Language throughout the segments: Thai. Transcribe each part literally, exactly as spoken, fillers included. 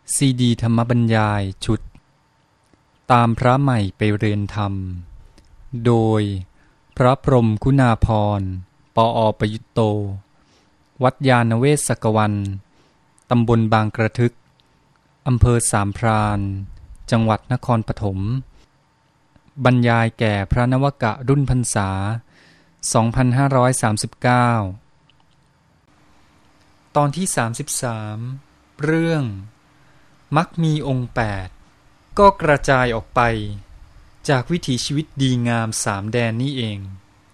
ซีดีธรรมบรรยายชุดตามพระใหม่ไปเรียนธรรมโดยพระพรหมคุณาภรณ์ ปอ.ประยุตโต วัดยานเวศกวันตำบลบางกระทึกอำเภอสามพรานจังหวัดนครปฐมบรรยายแก่พระนวกะรุ่นพรรษา สองพันห้าร้อยสามสิบเก้า ตอนที่ สามสิบสาม เรื่องมักมีองค์แปดก็กระจายออกไปจากวิถีชีวิตดีงามสามแดนนี่เอง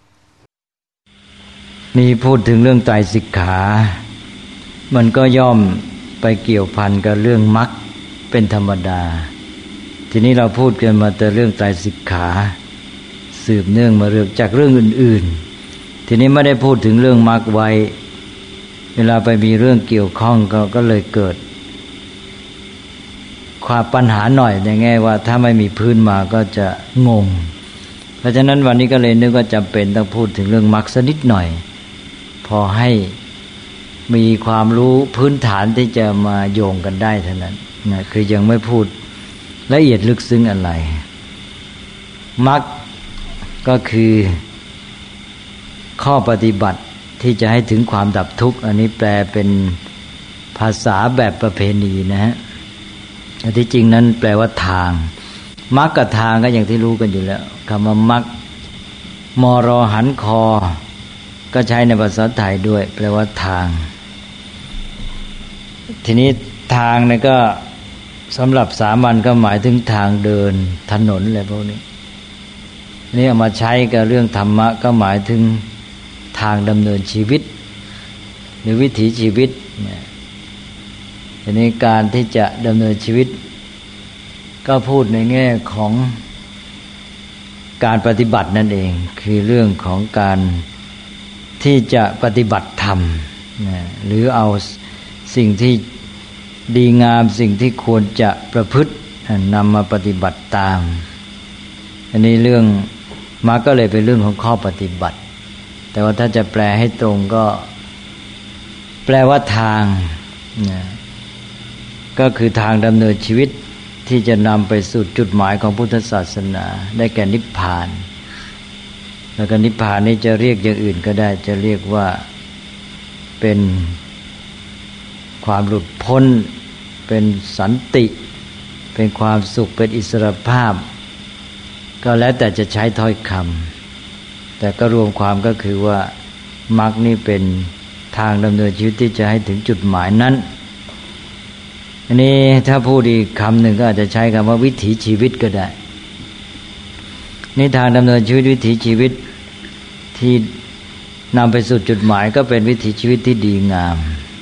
นี่พูดถึงเรื่องไตรสิกขา มันก็ย่อมไปเกี่ยวพันกับเรื่องมรรคเป็นธรรมดาทีนี้เราพูดกันมาแต่เรื่องไตรสิกขาสืบเนื่องมาเรื่องจากเรื่องอื่นๆทีนี้ไม่ได้พูดถึงเรื่องมรรคไว้เวลาไปมีเรื่องเกี่ยวข้องก็ก็เลยเกิดความปัญหาหน่อยในแง่ว่าถ้าไม่มีพื้นมาก็จะงงเพราะฉะนั้นวันนี้ก็เลยนึกว่าจำเป็นต้องพูดถึงเรื่องมรรคสักนิดหน่อยพอให้มีความรู้พื้นฐานที่จะมาโยงกันได้เท่านั้นนะคือยังไม่พูดละเอียดลึกซึ้งอะไรมรรคก็คือข้อปฏิบัติที่จะให้ถึงความดับทุกข์อันนี้แปลเป็นภาษาแบบประเพณีนะฮะแต่ที่จริงนั้นแปลว่าทางมรรคกับทางก็อย่างที่รู้กันอยู่แล้วคำว่ามรรคมอรอหันคอก็ใช้ในภาษาไทยด้วยแปลว่าทางทีนี้ทางเนี่ยก็สำหรับสามัญก็หมายถึงทางเดินถนนอะไรพวกนี้นี่เอามาใช้กับเรื่องธรรมะก็หมายถึงทางดำเนินชีวิตหรือวิถีชีวิตทีนี้การที่จะดำเนินชีวิตก็พูดในแง่ของการปฏิบัตินั่นเองคือเรื่องของการที่จะปฏิบัติธรรมนะหรือเอาสิ่งที่ดีงามสิ่งที่ควรจะประพฤตินำมาปฏิบัติตามอันนี้เรื่องมาก็เลยเป็นเรื่องของข้อปฏิบัติแต่ว่าถ้าจะแปลให้ตรงก็แปลว่าทางนะก็คือทางดำเนินชีวิตที่จะนำไปสู่จุดหมายของพุทธศาสนาได้แก่นิพพานแล้วก็นิพพานนี้จะเรียกอย่างอื่นก็ได้จะเรียกว่าเป็นความหลุดพ้นเป็นสันติเป็นความสุขเป็นอิสรภาพก็แล้วแต่จะใช้ถ้อยคำแต่ก็รวมความก็คือว่ามรรคนี่เป็นทางดำเนินชีวิตที่จะให้ถึงจุดหมายนั้นอันนี้ถ้าพูดอีกคำหนึ่งก็อาจจะใช้คำว่าวิถีชีวิตก็ได้นี่ทางดำเนินชีวิตวิถีชีวิตที่นำไปสู่จุดหมายก็เป็นวิถีชีวิตที่ดีงาม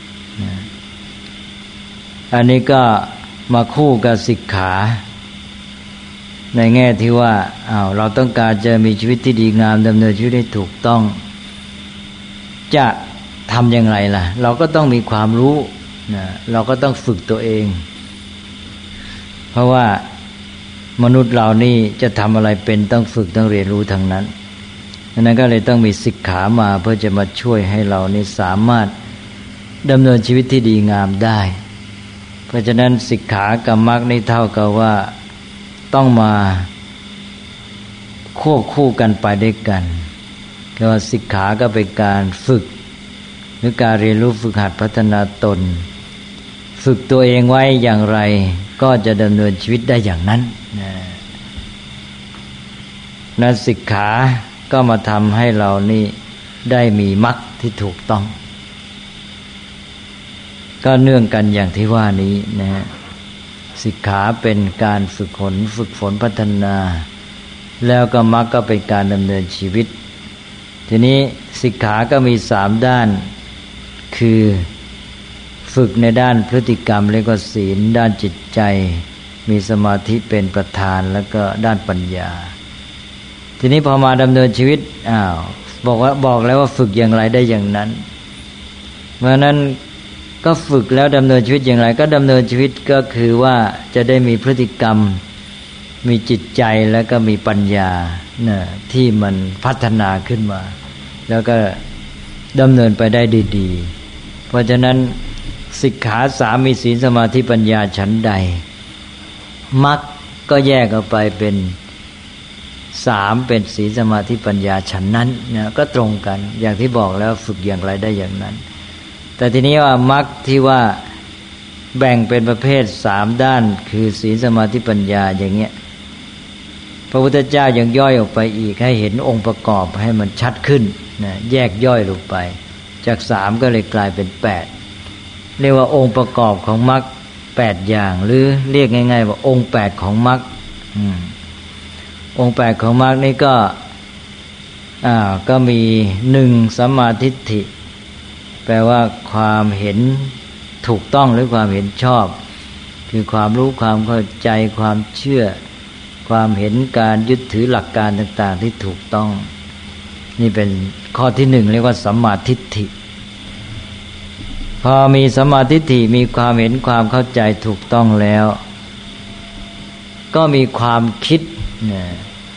อันนี้ก็มาคู่กับสิกขาในแง่ที่ว่าอ้าวเราต้องการจะมีชีวิตที่ดีงามดำเนินชีวิตให้ถูกต้องจะทำอย่างไรล่ะเราก็ต้องมีความรู้นะเราก็ต้องฝึกตัวเองเพราะว่ามนุษย์เรานี่จะทำอะไรเป็นต้องฝึกต้องเรียนรู้ทั้งนั้นดังนั้นก็เลยต้องมีสิกขามาเพื่อจะมาช่วยให้เรานี่สามารถดำเนินชีวิตที่ดีงามได้เพราะฉะนั้นสิกขากับมรรคนี่เท่ากับว่าต้องมาควบคู่กันไปด้วยกันคือว่าสิกขาก็เป็นการฝึกหรือการเรียนรู้ฝึกหัดพัฒนาตนฝึกตัวเองไว้อย่างไรก็จะดำเนินชีวิตได้อย่างนั้นนักสิกขาก็มาทำให้เรานี่ได้มีมรรคที่ถูกต้องก็เนื่องกันอย่างที่ว่านี้นะฮะสิกขาเป็นการฝึกฝนฝึกฝนพัฒนาแล้วก็มรรคก็เป็นการดำเนินชีวิตทีนี้สิกขาก็มีสามด้านคือฝึกในด้านพฤติกรรมเรียกว่าศีลด้านจิตใจมีสมาธิเป็นประธานแล้วก็ด้านปัญญาทีนี้พอมาดำเนินชีวิตอ้าวบอกว่าบอกแล้วว่าฝึกอย่างไรได้อย่างนั้นเพราะนั้นก็ฝึกแล้วดำเนินชีวิตอย่างไรก็ดำเนินชีวิตก็คือว่าจะได้มีพฤติกรรมมีจิตใจแล้วก็มีปัญญาเนี่ยที่มันพัฒนาขึ้นมาแล้วก็ดำเนินไปได้ดีๆเพราะฉะนั้นสิกขาสามมีศีลสมาธิปัญญาฉันใดมรรคก็แยกออกไปเป็นสามเป็นศีลสมาธิปัญญาฉันนั้นนะก็ตรงกันอย่างที่บอกแล้วฝึกอย่างไรได้อย่างนั้นแต่ทีนี้ว่ามรรคที่ว่าแบ่งเป็นประเภทสามด้านคือศีลสมาธิปัญญาอย่างเงี้ยพระพุทธเจ้ายังย่อยออกไปอีกให้เห็นองค์ประกอบให้มันชัดขึ้นนะแยกย่อยลงไปจากสามก็เลยกลายเป็นแปดเรียกว่าองค์ประกอบของมรรคแปดอย่างหรือเรียกง่ายๆว่าองค์แปดของมรรคองค์แปดของมรรคนี่ก็อ่าก็มีหนึ่งสัมมาทิฏฐิแปลว่าความเห็นถูกต้องหรือความเห็นชอบคือความรู้ความเข้าใจความเชื่อความเห็นการยึดถือหลักการต่างๆที่ถูกต้องนี่เป็นข้อที่หนึ่งเรียกว่าสัมมาทิฏฐิพอมีสัมมาทิฏฐิมีความเห็นความเข้าใจถูกต้องแล้วก็มีความคิดนะ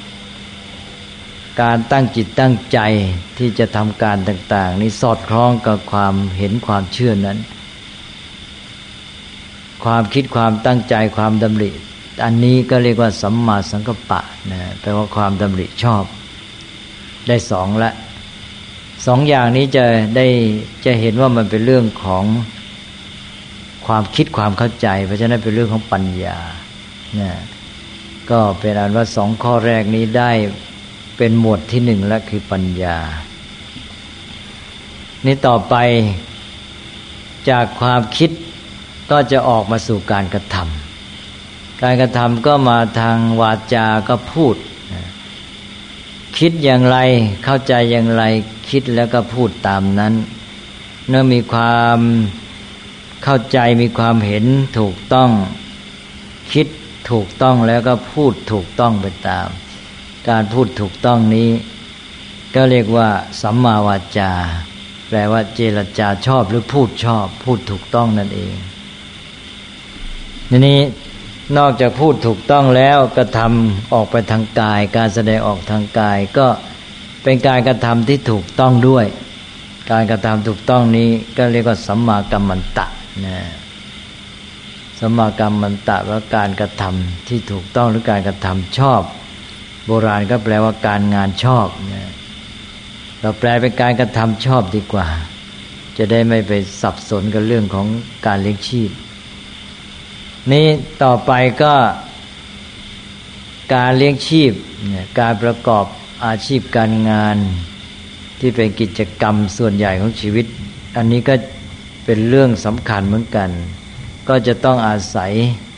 การตั้งจิตตั้งใจที่จะทำการต่างๆนี้สอดคล้องกับความเห็นความเชื่อนั้นความคิดความตั้งใจความดำริอันนี้ก็เรียกว่าสัมมาสังกัปปะนะแปลว่าความดำริชอบได้สองละสองอย่างนี้จะได้จะเห็นว่ามันเป็นเรื่องของความคิดความเข้าใจเพราะฉะนั้นเป็นเรื่องของปัญญานะก็เป็นอันว่าสองข้อแรกนี้ได้เป็นหมวดที่หนึ่งและคือปัญญานี่ต่อไปจากความคิดก็จะออกมาสู่การกระทำการกระทำก็มาทางวาจาก็พูดคิดอย่างไรเข้าใจอย่างไรคิดแล้วก็พูดตามนั้นเมื่อมีความเข้าใจมีความเห็นถูกต้องคิดถูกต้องแล้วก็พูดถูกต้องไปตามการพูดถูกต้องนี้ก็เรียกว่าสัมมาวาจาแปลว่าเจรจาชอบหรือพูดชอบพูดถูกต้องนั่นเองทีนี้นอกจากพูดถูกต้องแล้วกระทำออกไปทางกายการแสดงออกทางกายก็เป็นการกระทำที่ถูกต้องด้วยการกระทำถูกต้องนี้ก็เรียกว่าสัมมากัมมันตะนะสัมมากัมมันตะว่าการกระทำที่ถูกต้องหรือการกระทำชอบโบราณก็แปลว่าการงานชอบนะเราแปลเป็นการกระทำชอบดีกว่าจะได้ไม่ไปสับสนกับเรื่องของการเลี้ยงชีพนี้ต่อไปก็การเลี้ยงชีพการประกอบอาชีพการงานที่เป็นกิจกรรมส่วนใหญ่ของชีวิตอันนี้ก็เป็นเรื่องสำคัญเหมือนกันก็จะต้องอาศัย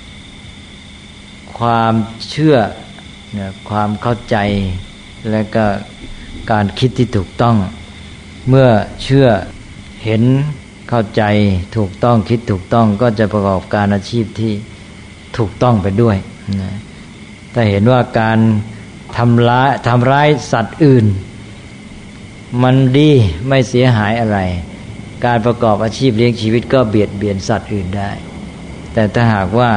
ความเชื่อความเข้าใจและก็การคิดที่ถูกต้องเมื่อเชื่อเห็นเข้าใจถูกต้องคิดถูกต้องก็จะประกอบการอาชีพที่ถูกต้องไปด้วยนะถ้าเห็นว่าการทำร้ายทำร้ายสัตว์อื่นมันดีไม่เสียหายอะไรการประกอบอาชีพเลี้ยงชีวิตก็เบียดเบียนสัตว์อื่นได้แต่ถ้าหากว่า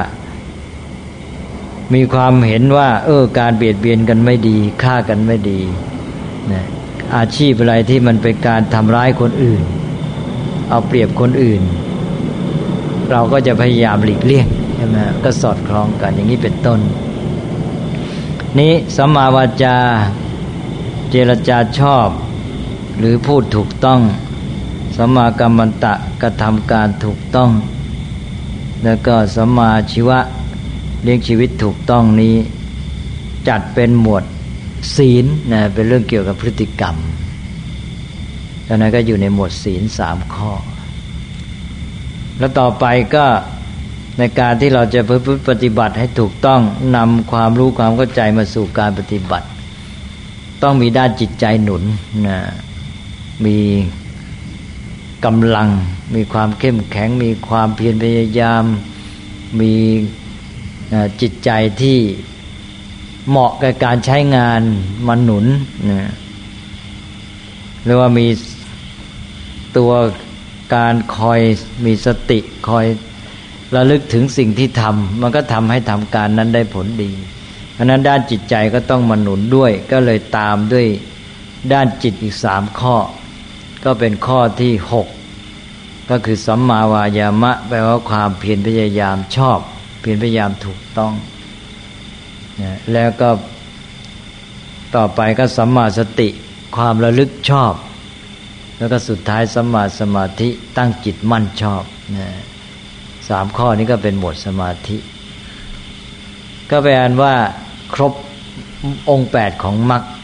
มีความเห็นว่าเออการเบียดเบียนกันไม่ดีฆ่ากันไม่ดีนะอาชีพอะไรที่มันเป็นการทำร้ายคนอื่นเอาเปรียบคนอื่นเราก็จะพยายามหลีกเลี่ยงใช่ไหมก็สอดคล้องกันอย่างนี้เป็นต้นนี้สัมมาวาจาเจรจาชอบหรือพูดถูกต้องสัมมากัมมันตะกระทำการถูกต้องแล้วก็สัมมาชีวะเลี้ยงชีวิตถูกต้องนี้จัดเป็นหมวดศีลนะเป็นเรื่องเกี่ยวกับพฤติกรรมดังนั้นก็อยู่ในหมวดศีลสามข้อแล้วต่อไปก็ในการที่เราจะปฏิบัติให้ถูกต้องนำความรู้ความเข้าใจมาสู่การปฏิบัติต้องมีด้านจิตใจหนุนนะมีกำลังมีความเข้มแข็งมีความเพียรพยายามมีจิตใจที่เหมาะกับการใช้งานมันหนุนนะหรือว่ามีตัวการคอยมีสติคอยระลึกถึงสิ่งที่ทำมันก็ทำให้ทำการนั้นได้ผลดีเพราะนั้นด้านจิตใจก็ต้องมาหนุนด้วยก็เลยตามด้วยด้านจิตอีกสามข้อก็เป็นข้อที่หกก็คือสัมมาวายามะแปลว่าความเพียรพยายามชอบเพียรพยายามถูกต้องนะแล้วก็ต่อไปก็สัมมาสติความระลึกชอบแล้วก็สุดท้ายสัมมาสมาธิตั้งจิตมั่นชอบนะสามข้อนี้ก็เป็นหมวดสมาธิก็แปลว่าครบองค์แปดของมรรค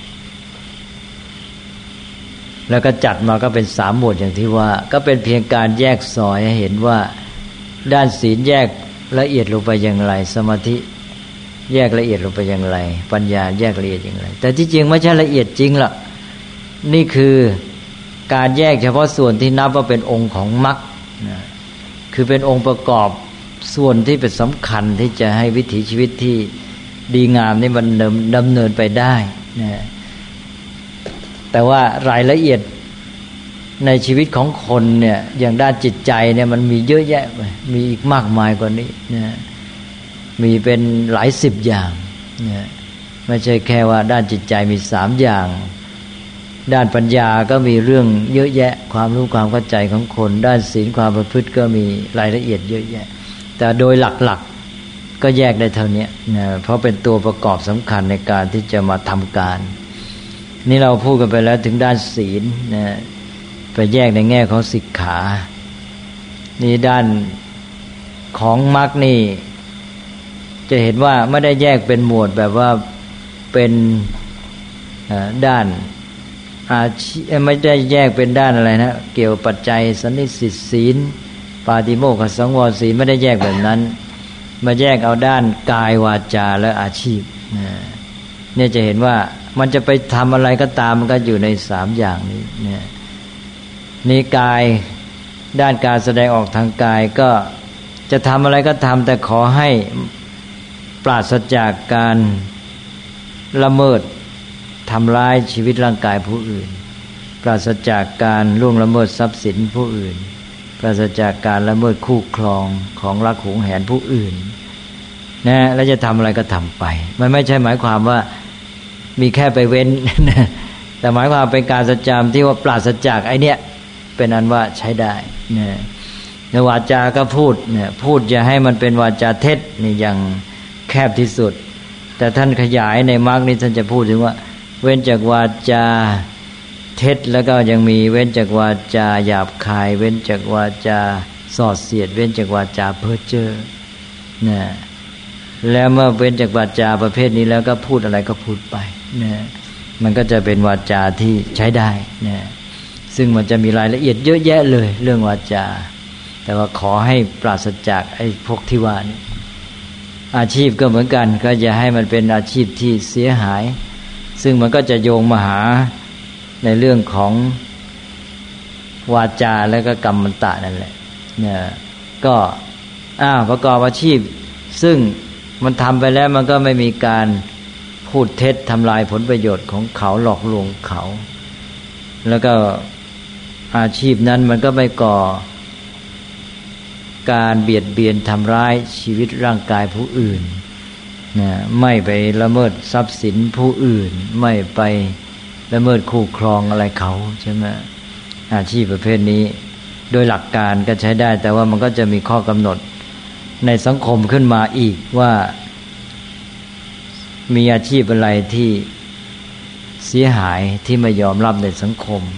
แล้วก็จัดมาก็เป็นสามหมวดอย่างที่ว่าก็เป็นเพียงการแยกซอยให้เห็นว่าด้านศีลแยกละเอียดลงไปอย่างไรสมาธิแยกละเอียดลงไปอย่างไรปัญญาแยกละเอียดอย่างไรแต่ที่จริงไม่ใช่ละเอียดจริงหรอกนี่คือการแยกเฉพาะส่วนที่นับว่าเป็นองค์ของมรรคคือเป็นองค์ประกอบส่วนที่เป็นสำคัญที่จะให้วิถีชีวิตที่ดีงามนี่มันดำเนินไปได้นะแต่ว่ารายละเอียดในชีวิตของคนเนี่ยอย่างด้านจิตใจเนี่ยมันมีเยอะแยะไปมีอีกมากมายกว่านี้นะมีเป็นหลายสิบอย่างนะไม่ใช่แค่ว่าด้านจิตใจมีสามอย่างด้านปัญญาก็มีเรื่องเยอะแยะความรู้ความเข้าใจของคนด้านศีลความประพฤติก็มีรายละเอียดเยอะแยะแต่โดยหลักๆก็แยกได้เท่านี้นะเพราะเป็นตัวประกอบสำคัญในการที่จะมาทำการนี่เราพูดกันไปแล้วถึงด้านศีลนะไปแยกในแง่ของสิกขานี่ด้านของมรรคนี่จะเห็นว่าไม่ได้แยกเป็นหมวดแบบว่าเป็นด้านอาชีไม่ได้แยกเป็นด้านอะไรนะเกี่ยวปัจจัยสันนิสิตศีลปาติโมกขสังวรศีลไม่ได้แยกแบบนั้นมาแยกเอาด้านกายวาจาและอาชีพเนี่ยจะเห็นว่ามันจะไปทำอะไรก็ตามมันก็อยู่ในสามอย่างนี้เนี่ยนี่กายด้านการแสดงออกทางกายก็จะทำอะไรก็ทำแต่ขอให้ปราศจากการละเมิดทำร้ายชีวิตร่างกายผู้อื่นปราศจากการล่วงละเมิดทรัพย์สินผู้อื่นปราศจากการละเมิดคู่ครองของรักหวงแหนผู้อื่นนะแล้วจะทำอะไรก็ทำไปมันไม่ใช่หมายความว่ามีแค่ไปเว้นแต่หมายความเป็นการสัจจามที่ว่าปราศจากไอ้เนี้ยเป็นอันว่าใช้ได้นะในวาจาก็พูดเนี่ยพูดอย่าให้มันเป็นวาจาเท็จนี่อย่างแคบที่สุดแต่ท่านขยายในมรรคนี้ท่านจะพูดถึงว่าเว้นจากวาจาเท็จแล้วก็ยังมีเว้นจากวาจาหยาบคายเว้นจากวาจาส่อเสียดเว้นจากวาจาเพ้อเจ้อนะแล้วเมื่อเว้นจากวาจาประเภทนี้แล้วก็พูดอะไรก็พูดไปนะมันก็จะเป็นวาจาที่ใช้ได้นะซึ่งมันจะมีรายละเอียดเยอะแยะเลยเรื่องวาจาแต่ว่าขอให้ปราศจากไอ้พวกที่ว่านี่อาชีพก็เหมือนกันก็จะให้มันเป็นอาชีพที่เสียหายซึ่งมันก็จะโยงมาหาในเรื่องของวาจาแล้วก็กรรมันตะนั่นแหละเนี่ยก็อ้าวประกอบอาชีพซึ่งมันทำไปแล้วมันก็ไม่มีการพูดเท็จทำลายผลประโยชน์ของเขาหลอกลวงเขาแล้วก็อาชีพนั้นมันก็ไม่ก่อการเบียดเบียนทำร้ายชีวิตร่างกายผู้อื่นนะไม่ไปละเมิดทรัพย์สินผู้อื่นไม่ไปละเมิดคู่ครองอะไรเขาใช่ไหมอาชีพประเภทนี้โดยหลักการก็ใช้ได้แต่ว่ามันก็จะมีข้อกำหนดในสังคมขึ้นมาอีกว่ามีอาชีพอะไรที่เสียหายที่ไม่ยอมรับในสังคม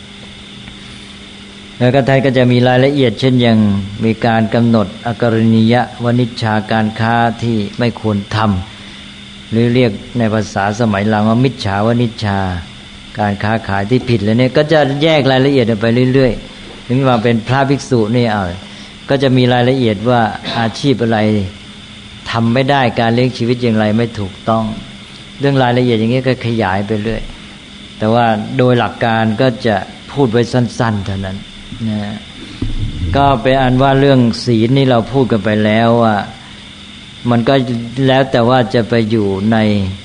แล้วก็ท่านก็จะมีรายละเอียดเช่นอย่างมีการกำหนดอกรณียวณิชชาการค้าที่ไม่ควรทำหรือเรียกในภาษาสมัยหลังว่ามิจฉาวณิชชาการค้าขายที่ผิดแล้วเนี่ยก็จะแยกรายละเอียดไปเรื่อยๆถึงว่าเป็นพระภิกษุนี่เอาก็จะมีรายละเอียดว่าอาชีพอะไรทำไม่ได้การเลี้ยงชีวิตอย่างไรไม่ถูกต้องเรื่องรายละเอียดอย่างนี้ก็ขยายไปเรื่อยแต่ว่าโดยหลักการก็จะพูดไว้สั้นๆเท่านั้นนะก็เป็นอันว่าเรื่องศีลนี่เราพูดกันไปแล้วว่ามันก็แล้วแต่ว่าจะไปอยู่ใน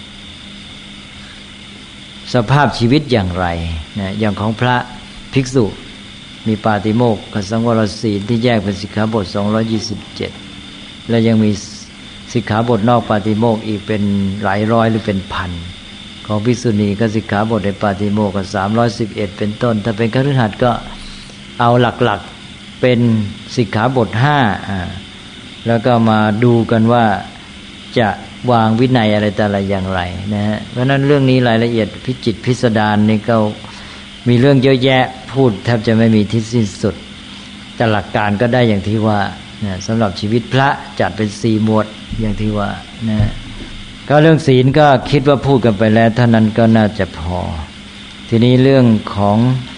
สภาพชีวิตอย่างไรนะอย่างของพระภิกษุมีปาติโมกข์กับสังวรศีลที่แยกเป็นสิกขาบทสองร้อยยี่สิบเจ็ดและยังมีสิกขาบทนอกปาติโมกข์อีกเป็นหลายร้อยหรือเป็นพันของภิกษุณีก็สิกขาบทในปาติโมกข์ก็สามร้อยสิบเอ็ดเป็นต้นถ้าเป็นคฤหัสถ์ก็เอาหลักๆเป็นสิกขาบทห้าอ่าแล้วก็มาดูกันว่าจะวางวินัยอะไรแต่ละอย่างไรนะฮะเพราะนั้นเรื่องนี้รายละเอียดพิจิตรพิสดารนี่ก็มีเรื่องเยอะแยะพูดแทบจะไม่มีที่สิ้นสุดแต่หลักการก็ได้อย่างที่ว่านะสำหรับชีวิตพระจัดเป็นสี่หมวดอย่างที่ว่านะก็เรื่องศีลก็คิดว่าพูดกันไปแล้วเท่านั้นก็น่าจะพอทีนี้เรื่องของ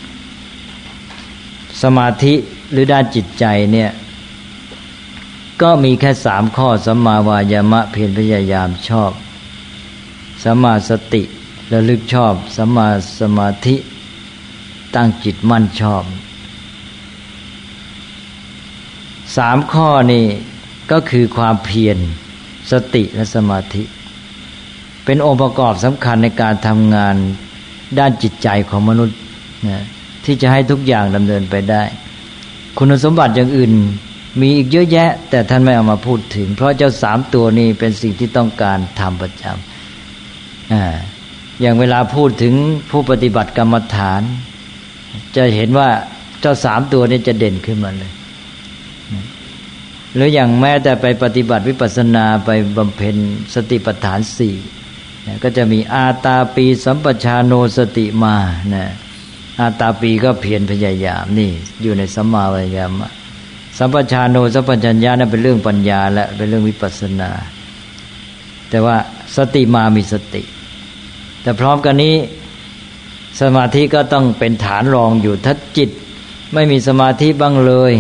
สมาธิหรือด้านจิตใจเนี่ยก็มีแค่สามข้อสัมมาวายามะเพียรพยายามชอบสัมมาสติระลึกชอบสัมมาสมาธิตั้งจิตมั่นชอบสามข้อนี่ก็คือความเพียรสติและสมาธิเป็นองค์ประกอบสำคัญในการทำงานด้านจิตใจของมนุษย์นะที่จะให้ทุกอย่างดำเนินไปได้คุณสมบัติอย่างอื่นมีอีกเยอะแยะแต่ท่านไม่เอามาพูดถึงเพราะเจ้าสามตัวนี้เป็นสิ่งที่ต้องการทำประจำอ่าอย่างเวลาพูดถึงผู้ปฏิบัติกรรมฐานจะเห็นว่าเจ้าสามตัวนี้จะเด่นขึ้นมาเลยหรืออย่างแม้แต่ไปปฏิบัติวิปัสสนาไปบำเพ็ญสติปัฏฐานสี่ก็จะมีอาตาปีสัมปชาโนสติมานะอาตาปีก็เพียรพยายามนี่อยู่ในสัมมาวายามะสัมปชาโนสัมปชัญญะนั่นเป็นเรื่องปัญญาและเป็นเรื่องวิปัสสนาแต่ว่าสติมามีสติแต่พร้อมกันนี้สมาธิก็ต้องเป็นฐานรองอยู่ถ้าจิตไม่มีสมาธิบ้างเลย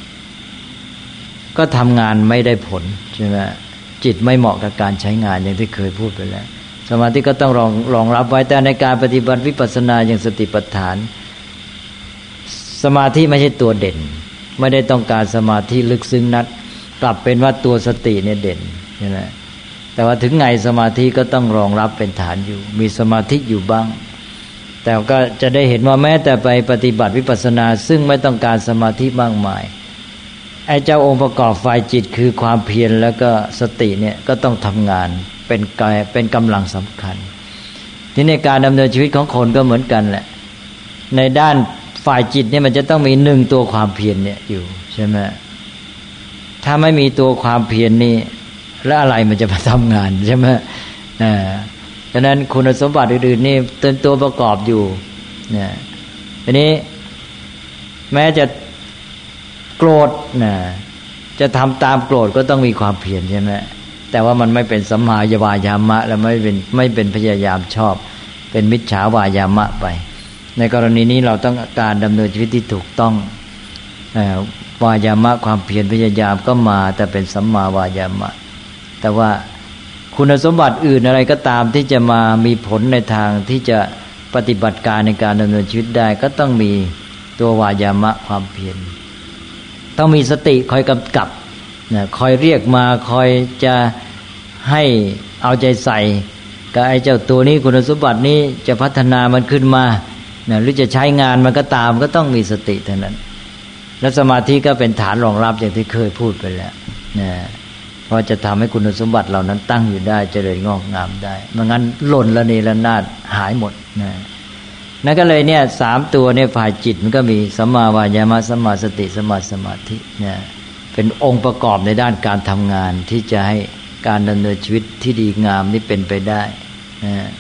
ก็ทำงานไม่ได้ผลใช่ไหมจิตไม่เหมาะกับการใช้งานอย่างที่เคยพูดไปแล้วสมาธิก็ต้องรองรองรับไว้แต่ในการปฏิบัติวิปัสสนาอย่างสติปัฏฐานสมาธิไม่ใช่ตัวเด่นไม่ได้ต้องการสมาธิลึกซึ้งนักกลับเป็นว่าตัวสติเนี่ยเด่นใช่ไหมแต่ว่าถึงไงสมาธิก็ต้องรองรับเป็นฐานอยู่มีสมาธิอยู่บ้างแต่ก็จะได้เห็นว่าแม้แต่ไปปฏิบัติวิปัสสนาซึ่งไม่ต้องการสมาธิมากมายไอ้เจ้าองค์ประกอบฝ่ายจิตคือความเพียรแล้วก็สติเนี่ยก็ต้องทำงานเป็นกายเป็นกำลังสำคัญที่ในการดำเนินชีวิตของคนก็เหมือนกันแหละในด้านฝ่ายจิตเนี่ยมันจะต้องมีหนึ่งตัวความเพียรเนี่ยอยู่ใช่ไหมถ้าไม่มีตัวความเพียรนี่แล้วอะไรมันจะมาทำงานใช่ไหมอ่าดังนั้นคุณสมบัติอื่นๆนี่เป็นตัวประกอบอยู่เนี่ยทีนี้แม้จะโกรธนะจะทำตามโกรธก็ต้องมีความเพียรใช่ไหมแต่ว่ามันไม่เป็นสัมมาวายามะและไม่เป็นไม่เป็นพยายามชอบเป็นมิจฉาวายามะไปในกรณีนี้เราต้องการดำเนินชีวิตที่ถูกต้องวายามะความเพียรพยายามก็มาแต่เป็นสัมมาวายามะแต่ว่าคุณสมบัติอื่นอะไรก็ตามที่จะมามีผลในทางที่จะปฏิบัติการในการดำเนินชีวิตได้ก็ต้องมีตัววายามะความเพียรต้องมีสติคอยกำกับนะคอยเรียกมาคอยจะให้เอาใจใส่กับไอ้เจ้าตัวนี้คุณสมบัตินี้จะพัฒนามันขึ้นมานะหรือจะใช้งานมันก็ตามก็ต้องมีสติเท่านั้นและสมาธิก็เป็นฐานรองรับอย่างที่เคยพูดไปแล้วนะเพราะจะทำให้คุณสมบัติเหล่านั้นตั้งอยู่ได้เจริญงอกงามได้ไม่งั้นหล่นละเนระนาดหายหมดนะนั่นก็เลยเนี่ยสามตัวเนี่ยฝ่ายจิตมันก็มีสัมมาวายามะสัมมาสติสัมมาสมาธิเนี่ยเป็นองค์ประกอบในด้านการทำงานที่จะให้การดำเนินชีวิตที่ดีงามนี่เป็นไปได้นะ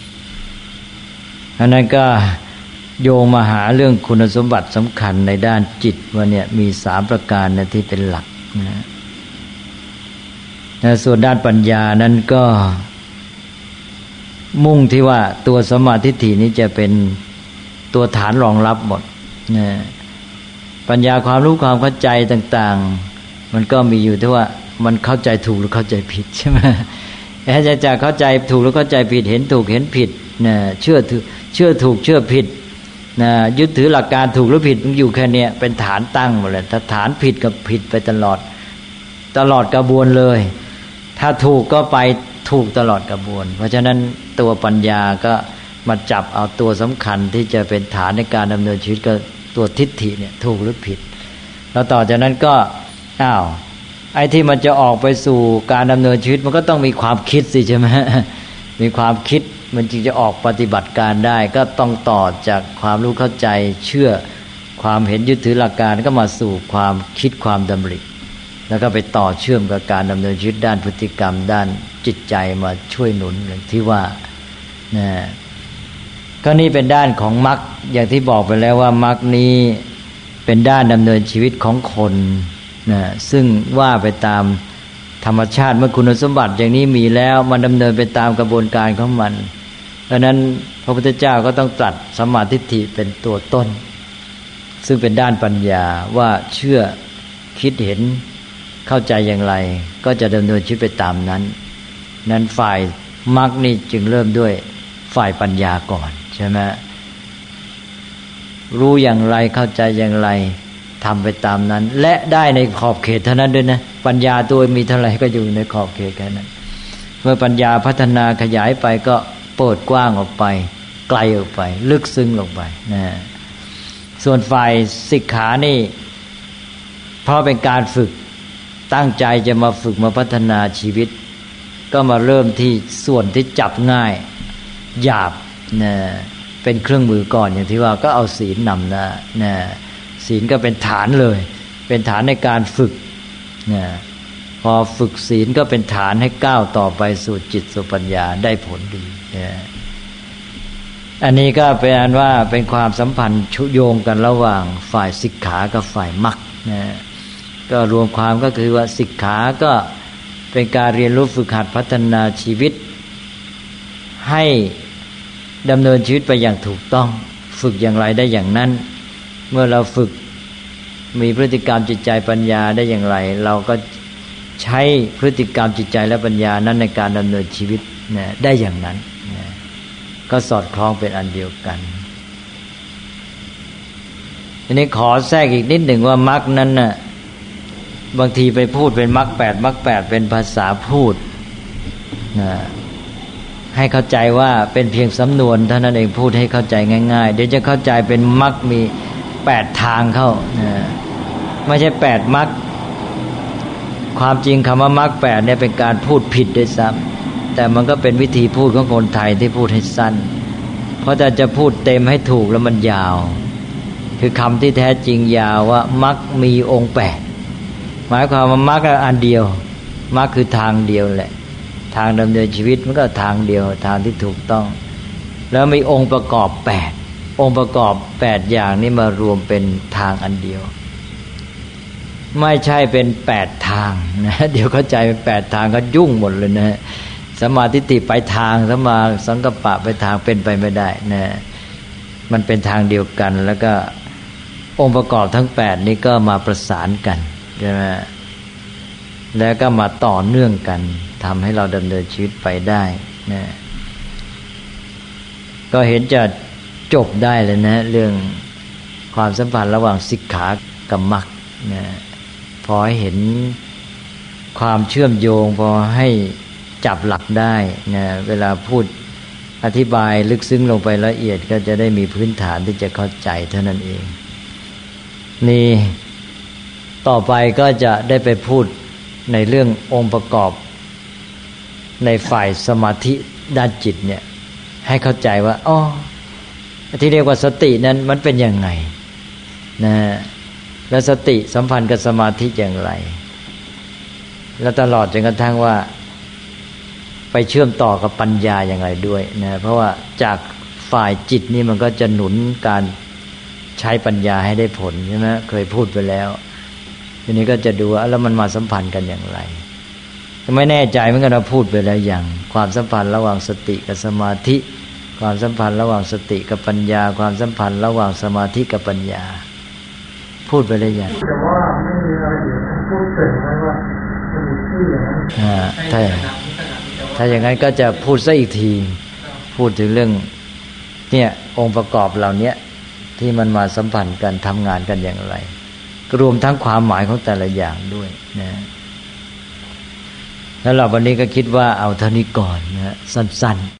เพราะนั้นก็โยงมาหาเรื่องคุณสมบัติสำคัญในด้านจิตว่าเนี่ยมีสามประการนะที่เป็นหลักนะส่วนด้านปัญญานั้นก็มุ่งที่ว่าตัวสัมมาทิฏฐินี้จะเป็นตัวฐานรองรับหมดนะปัญญาความรู้ความเข้าใจต่างๆมันก็มีอยู่ที่ว่ามันเข้าใจถูกหรือเข้าใจผิดใช่ไหมถ้าจะจะเข้าใจถูกหรือเข้าใจผิดเห็นถูกเห็นผิดนะเชื่อถือเชื่อถูกเชื่อผิดนะยึดถือหลักการถูกหรือผิดมันอยู่แค่นี้เป็นฐานตั้งหมดเลยถ้าฐานผิดกับผิดไปตลอดตลอดกระบวนเลยถ้าถูกก็ไปถูกตลอดกระบวนเพราะฉะนั้นตัวปัญญาก็มาจับเอาตัวสำคัญที่จะเป็นฐานในการดำเนินชีวิตก็ตัวทิฏฐิเนี่ยถูกหรือผิดแล้วต่อจากนั้นก็อ้าวไอ้ที่มันจะออกไปสู่การดำเนินชีวิตมันก็ต้องมีความคิดสิใช่ไหมมีความคิดมันจึงจะออกปฏิบัติการได้ก็ต้องต่อจากความรู้เข้าใจเชื่อความเห็นยึดถือหลักการก็มาสู่ความคิดความดำริแล้วก็ไปต่อเชื่อมกับการดำเนินชีวิตด้านพฤติกรรมด้านจิตใจมาช่วยหนุนอย่างที่ว่านะก็นี่เป็นด้านของมรรคอย่างที่บอกไปแล้วว่ามรรคนี้เป็นด้านดำเนินชีวิตของคนนะซึ่งว่าไปตามธรรมชาติเมื่อคุณสมบัติอย่างนี้มีแล้วมันดำเนินไปตามกระบวนการของมันเพราะนั้นพระพุทธเจ้าก็ต้องตรัสสัมมาทิฏฐิเป็นตัวต้นซึ่งเป็นด้านปัญญาว่าเชื่อคิดเห็นเข้าใจอย่างไรก็จะดำเนินชีวิตไปตามนั้นนั้นฝ่ายมรรคนี่จึงเริ่มด้วยฝ่ายปัญญาก่อนใช่ไหมรู้อย่างไรเข้าใจอย่างไรทำไปตามนั้นและได้ในขอบเขตเท่านั้นด้วยนะปัญญาตัวมีเท่าไหร่ก็อยู่ในขอบเขตแค่นั้นเมื่อปัญญาพัฒนาขยายไปก็เปิดกว้างออกไปไกลออกไปลึกซึ้งลงไปนะส่วนฝ่ายสิกขานี่เพราะเป็นการฝึกตั้งใจจะมาฝึกมาพัฒนาชีวิตก็มาเริ่มที่ส่วนที่จับง่ายหยาบนะเป็นเครื่องมือก่อนอย่างที่ว่าก็เอาศีลนำนะนะศีลก็เป็นฐานเลยเป็นฐานในการฝึกนะพอฝึกศีลก็เป็นฐานให้ก้าวต่อไปสู่จิตสู่ปัญญาได้ผลดีนะอันนี้ก็เป็นอันว่าเป็นความสัมพันธ์ชุโยงกันระหว่างฝ่ายสิกขากับฝ่ายมรรคนะก็รวมความก็คือว่าสิกขาก็เป็นการเรียนรู้ฝึกหัดพัฒนาชีวิตให้ดำเนินชีวิตไปอย่างถูกต้องฝึกอย่างไรได้อย่างนั้นเมื่อเราฝึกมีพฤติกรรมจิตใจปัญญาได้อย่างไรเราก็ใช้พฤติกรรมจิตใจและปัญญานั้นในการดำเนินชีวิตนะได้อย่างนั้นนะก็สอดคล้องเป็นอันเดียวกันทีนี้ขอแทรกอีกนิดหนึ่งว่ามรรคนั้นน่ะบางทีไปพูดเป็นมรรคแปดมรรคแปดเป็นภาษาพูดนะให้เข้าใจว่าเป็นเพียงสำนวนเท่านั้นเองพูดให้เข้าใจง่ายๆเดี๋ยวจะเข้าใจเป็นมรรคมีแปดทางเข้านะไม่ใช่แปดมรรคความจริงคำว่ามรรคแปดเนี่ยเป็นการพูดผิดด้วยซ้ำแต่มันก็เป็นวิธีพูดของคนไทยที่พูดให้สั้นเพราะแต่จะพูดเต็มให้ถูกแล้วมันยาวคือคำที่แท้จริงยาวว่ามรรคมีองค์แปดหมายความว่ามรรคอันเดียวมรรคคือทางเดียวแหละทางดำเนินชีวิตมันก็ทางเดียวทางที่ถูกต้องแล้วมีองค์ประกอบแปดองค์ประกอบแปดอย่างนี้มารวมเป็นทางอันเดียวไม่ใช่เป็นแปดทางนะเดี๋ยวเข้าใจเป็นแปดทางก็ยุ่งหมดเลยนะสัมมาทิฏฐิไปทางสัมมาสังกัปปะไปทางเป็นไปไม่ได้นะมันเป็นทางเดียวกันแล้วก็องค์ประกอบทั้งแปดนี้ก็มาประสานกันใช่ไหมแล้วก็มาต่อเนื่องกันทำให้เราดำเนินชีวิตไปได้นะก็เห็นจะจบได้เลยนะเรื่องความสัมพันธ์ระหว่างสิกขากับมรรคนะพอให้เห็นความเชื่อมโยงพอให้จับหลักได้นะเวลาพูดอธิบายลึกซึ้งลงไปละเอียดก็จะได้มีพื้นฐานที่จะเข้าใจเท่านั้นเองนี่ต่อไปก็จะได้ไปพูดในเรื่ององค์ประกอบในฝ่ายสมาธิด้านจิตเนี่ยให้เข้าใจว่าอ๋อที่เรียกว่าสตินั้นมันเป็นยังไงนะแล้วสติสัมพันธ์กับสมาธิอย่างไรแล้วตลอดจนกระทั่งว่าไปเชื่อมต่อกับปัญญาอย่างไรด้วยนะเพราะว่าจากฝ่ายจิตนี่มันก็จะหนุนการใช้ปัญญาให้ได้ผลใช่ไหมเคยพูดไปแล้วทีนี้ก็จะดูว่าแล้วมันมาสัมพันธ์กันอย่างไรไม่แน่ใจเหมือนกันเราพูดไปแล้วอย่างความสัมพันธ์ระหว่างสติกับสมาธิความสัมพันธ์ระหว่างสติกับปัญญาความสัมพันธ์ระหว่างสมาธิกับปัญญาพูดไปแล้วอย่างแต่ว่าไม่มีอะไรเดี๋ยวพูดเกิดไว้ว่ามันมีชื่ออย่างนั้นอ่าใช่ถ้าอย่างนั้นก็จะพูดซะอีกทีพูดถึงเรื่องเนี่ยองค์ประกอบเหล่านี้ที่มันมาสัมพันธ์กันทำงานกันอย่างไรรวมทั้งความหมายของแต่ละอย่างด้วยนะแล้วเราวันนี้ก็คิดว่าเอาเท่านี้ก่อนนะสั้นๆ